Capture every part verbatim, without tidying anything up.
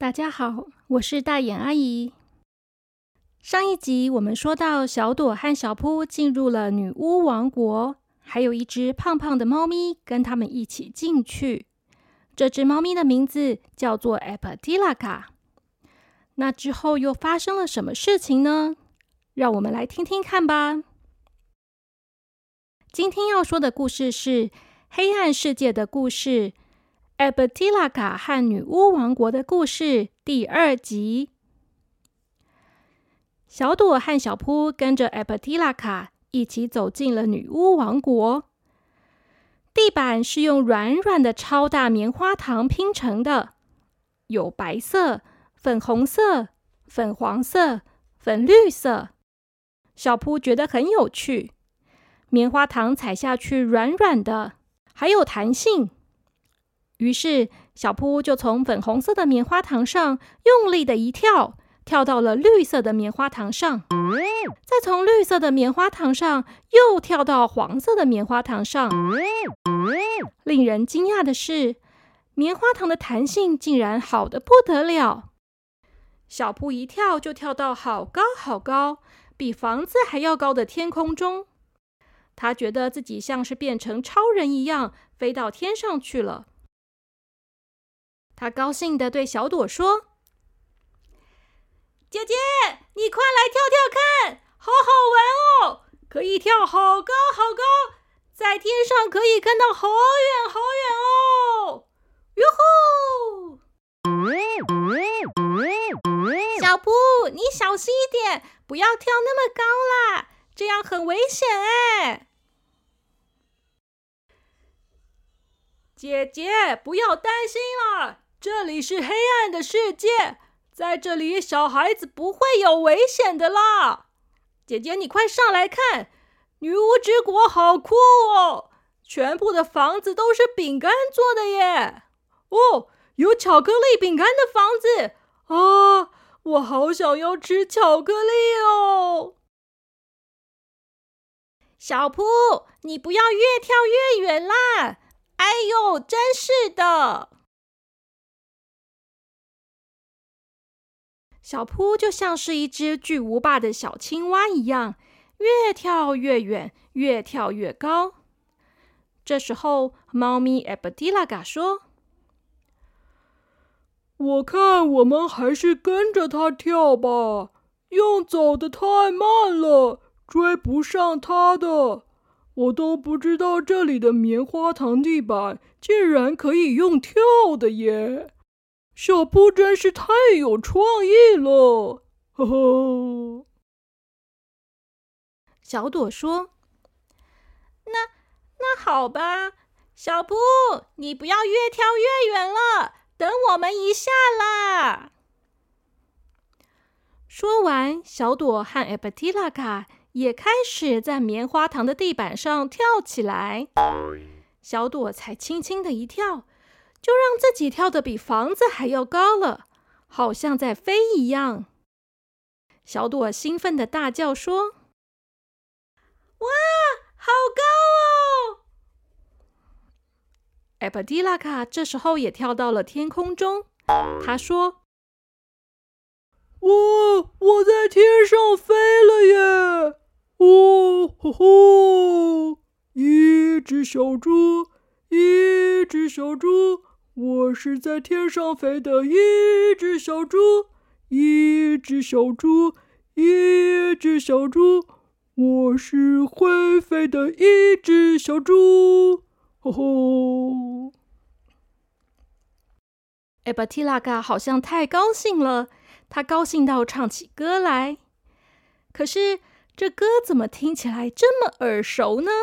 大家好，我是大眼阿姨。上一集我们说到小朵和小扑进入了女巫王国，还有一只胖胖的猫咪跟他们一起进去。这只猫咪的名字叫做 Epitilaka。那之后又发生了什么事情呢？让我们来听听看吧。今天要说的故事是黑暗世界的故事， Epitilaka 和女巫王国的故事第二集。小朵和小扑跟着 Epitilaka 一起走进了女巫王国。地板是用软软的超大棉花糖拼成的，有白色、粉红色、粉黄色、粉绿色。小扑觉得很有趣，棉花糖踩下去软软的，还有弹性。于是小扑就从粉红色的棉花糖上用力的一跳，跳到了绿色的棉花糖上，再从绿色的棉花糖上又跳到黄色的棉花糖上。令人惊讶的是，棉花糖的弹性竟然好得不得了。小扑一跳就跳到好高好高，比房子还要高的天空中。他觉得自己像是变成超人一样，飞到天上去了。他高兴地对小朵说：姐姐，你快来跳跳看，好好玩哦！可以跳好高好高，在天上可以看到好远好远哦！哟呼！小扑，你小心一点，不要跳那么高啦，这样很危险哎！姐姐，不要担心了，这里是黑暗的世界，在这里小孩子不会有危险的啦。姐姐，你快上来看，女巫之国好酷哦，全部的房子都是饼干做的耶。哦，有巧克力饼干的房子啊，我好想要吃巧克力哦。小扑，你不要越跳越远啦！哎呦，真是的！小扑就像是一只巨无霸的小青蛙一样，越跳越远，越跳越高。这时候，猫咪 Epitilaka 说：我看我们还是跟着它跳吧，用走得太慢了，追不上它的。我都不知道这里的棉花糖地板竟然可以用跳的耶！小扑真是太有创意了，呵呵。小朵说：那那好吧，小扑，你不要越跳越远了，等我们一下啦。说完，小朵和 Epitilaka 也开始在棉花糖的地板上跳起来。小朵才轻轻的一跳，就让自己跳得比房子还要高了，好像在飞一样。小朵兴奋的大叫说：哇，好高哦！Epitilaka 这时候也跳到了天空中，他说：哇，我在天上飞了耶！哦吼吼！一只小猪，一只小猪，我是在天上飞的一只小猪，一只小猪，一只小猪，我是会飞的一只小猪，吼吼！Epitilaka 好像太高兴了，他高兴到唱起歌来。可是这歌怎么听起来这么耳熟呢？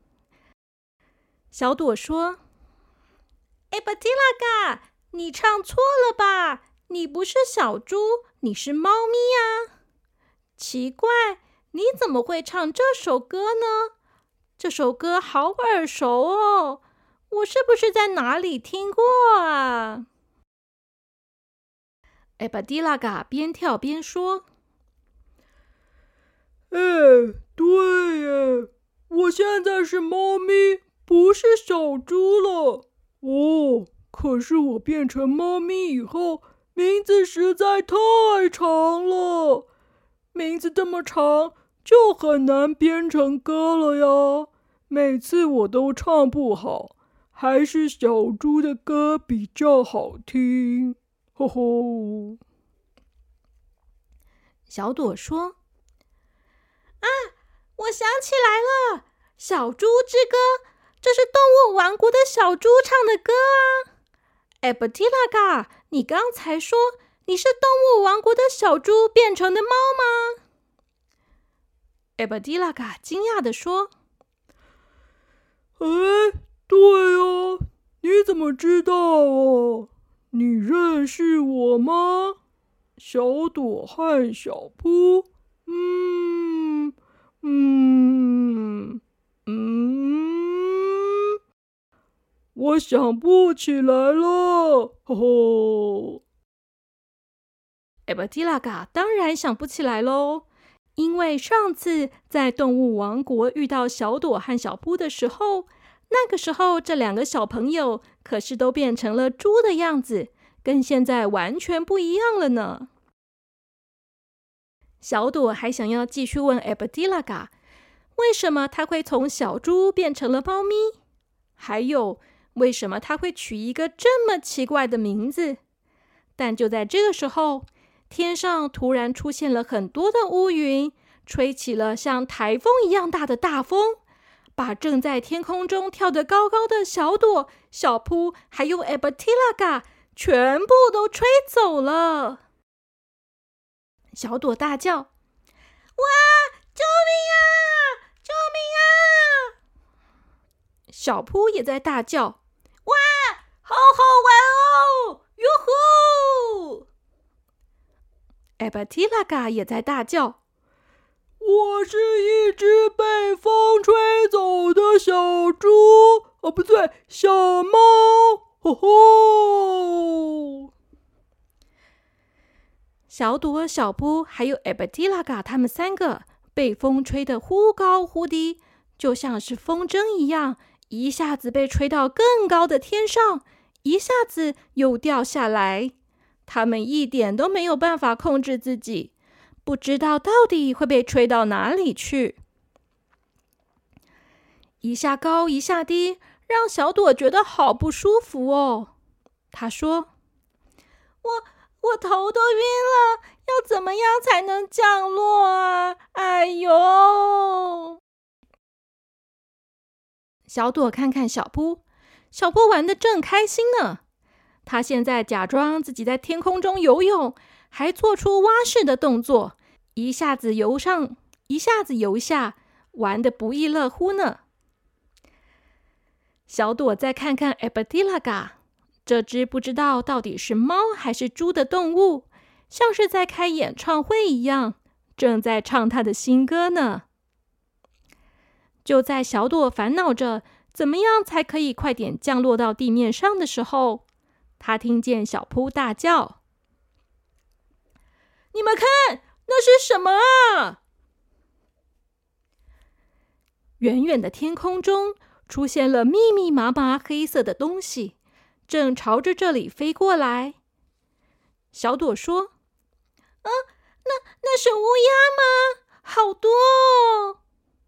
小朵说： Epitilaka， 你唱错了吧？你不是小猪，你是猫咪啊！奇怪，你怎么会唱这首歌呢？这首歌好耳熟哦，我是不是在哪里听过啊？Epitilaka 边跳边说：哎，对耶，我现在是猫咪，不是小猪了。哦，可是我变成猫咪以后， 名字实在太长了，名字这么长就很难编成歌了呀。每次我都唱不好，还是小猪的歌比较好听。吼吼。 小朵说：“啊，我想起来了，小猪之歌，这是动物王国的小猪唱的歌啊。艾伯蒂拉嘎，你刚才说你是动物王国的小猪变成的猫吗？”艾伯蒂拉嘎惊讶地说：“ 哎，对哦，你怎么知道哦？你认识我吗？小朵和小扑，嗯嗯嗯，我想不起来了，吼吼。” 艾伯蒂拉嘎当然想不起来喽，因为上次在动物王国遇到小朵和小扑的时候，那个时候这两个小朋友可是都变成了猪的样子，跟现在完全不一样了呢。小朵还想要继续问艾伯蒂拉嘎，为什么他会从小猪变成了猫咪？还有，为什么他会取一个这么奇怪的名字？但就在这个时候，天上突然出现了很多的乌云，吹起了像台风一样大的大风，把正在天空中跳得高高的小朵、小扑还有艾伯蒂拉嘎全部都吹走了。小朵大叫：“哇！救命啊！救命啊！”小扑也在大叫：“哇！好好玩哦！哟呼！”艾伯蒂拉嘎也在大叫：“ 我是一只被风吹走的小猪，哦，不对，小猫，吼吼！” 小朵、小扑还有艾伯蒂拉嘎他们三个被风吹得忽高忽低，就像是风筝一样，一下子被吹到更高的天上，一下子又掉下来。他们一点都没有办法控制自己，不知道到底会被吹到哪里去。一下高一下低，让小朵觉得好不舒服哦。她说：“我我头都晕了，要怎么样才能降落啊？哎呦！”小朵看看小扑，小扑玩得正开心呢。他现在假装自己在天空中游泳，还做出蛙式的动作，一下子游上，一下子游下，玩得不亦乐乎呢。小朵再看看艾伯蒂拉嘎，这只不知道到底是猫还是猪的动物，像是在开演唱会一样，正在唱他的新歌呢。就在小朵烦恼着怎么样才可以快点降落到地面上的时候，他听见小扑大叫：“你们看，那是什么啊？”远远的天空中出现了密密麻麻黑色的东西，正朝着这里飞过来。小朵说：“啊，那那是乌鸦吗？好多哦！”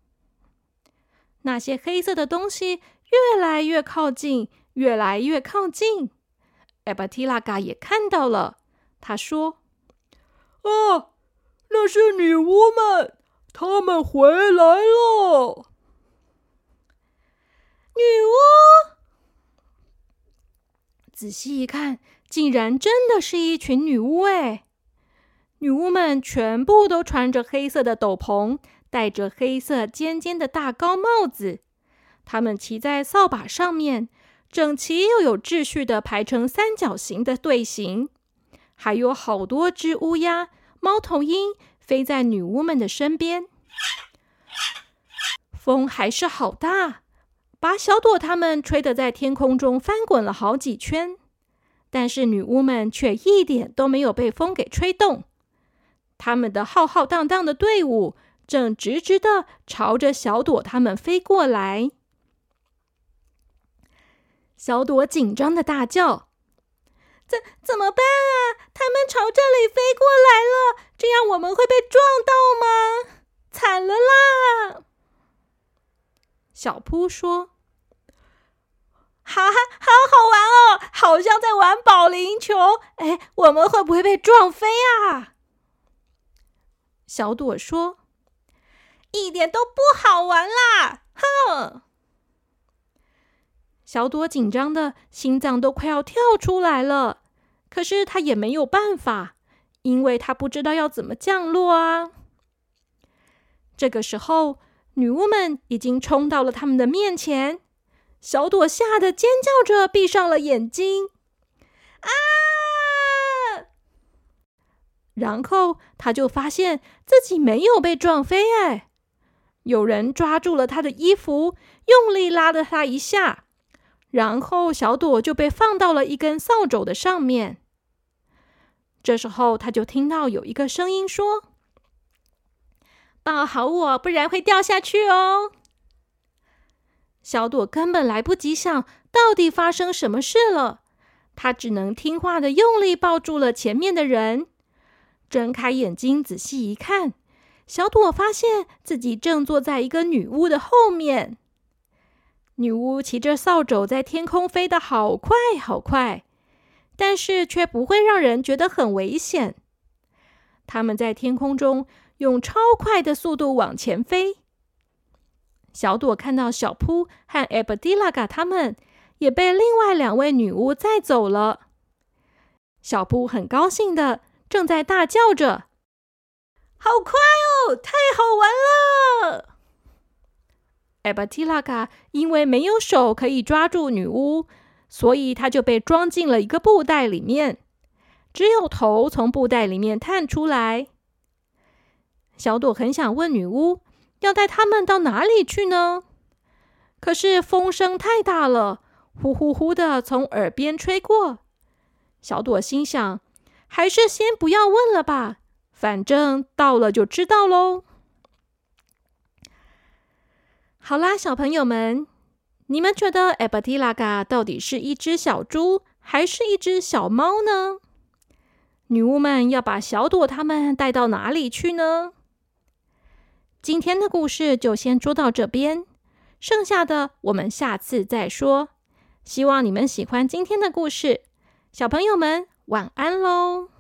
那些黑色的东西越来越靠近，越来越靠近。艾伯蒂拉嘎也看到了，他说：“ 啊，那是女巫们，她们回来了。” 女巫！仔细一看，竟然真的是一群女巫哎！女巫们全部都穿着黑色的斗篷，戴着黑色尖尖的大高帽子。她们骑在扫把上面，整齐又有秩序地排成三角形的队形。还有好多只乌鸦、猫头鹰飞在女巫们的身边。风还是好大，把小朵他们吹得在天空中翻滚了好几圈，但是女巫们却一点都没有被风给吹动。他们的浩浩荡荡的队伍正直直地朝着小朵他们飞过来。小朵紧张的大叫：“ 怎怎么办啊？他们朝这里飞过来了，这样我们会被撞到吗？惨了啦！小扑说：“好，好好玩哦，好像在玩保龄球。哎，我们会不会被撞飞啊？”小朵说：“一点都不好玩啦！”哼！小朵紧张的心脏都快要跳出来了，可是她也没有办法，因为她不知道要怎么降落啊。这个时候，女巫们已经冲到了他们的面前，小朵吓得尖叫着闭上了眼睛。啊！然后她就发现自己没有被撞飞，哎，有人抓住了她的衣服，用力拉了她一下，然后小朵就被放到了一根扫帚的上面。这时候她就听到有一个声音说：“抱好我，不然会掉下去哦。”小朵根本来不及想到底发生什么事了，她只能听话的用力抱住了前面的人。睁开眼睛仔细一看，小朵发现自己正坐在一个女巫的后面。女巫骑着扫帚在天空飞得好快好快，但是却不会让人觉得很危险。他们在天空中用超快的速度往前飞。小朵看到小扑和 Ebadilaka 他们也被另外两位女巫载走了。小扑很高兴的正在大叫着：“好快哦，太好玩了！” Ebadilaka 因为没有手可以抓住女巫，所以他就被装进了一个布袋里面，只有头从布袋里面探出来。小朵很想问女巫要带他们到哪里去呢？可是风声太大了，呼呼呼的从耳边吹过。小朵心想，还是先不要问了吧，反正到了就知道咯。好啦，小朋友们，你们觉得 Ebadilaka 到底是一只小猪还是一只小猫呢？女巫们要把小朵他们带到哪里去呢？今天的故事就先说到这边，剩下的我们下次再说。希望你们喜欢今天的故事，小朋友们晚安喽。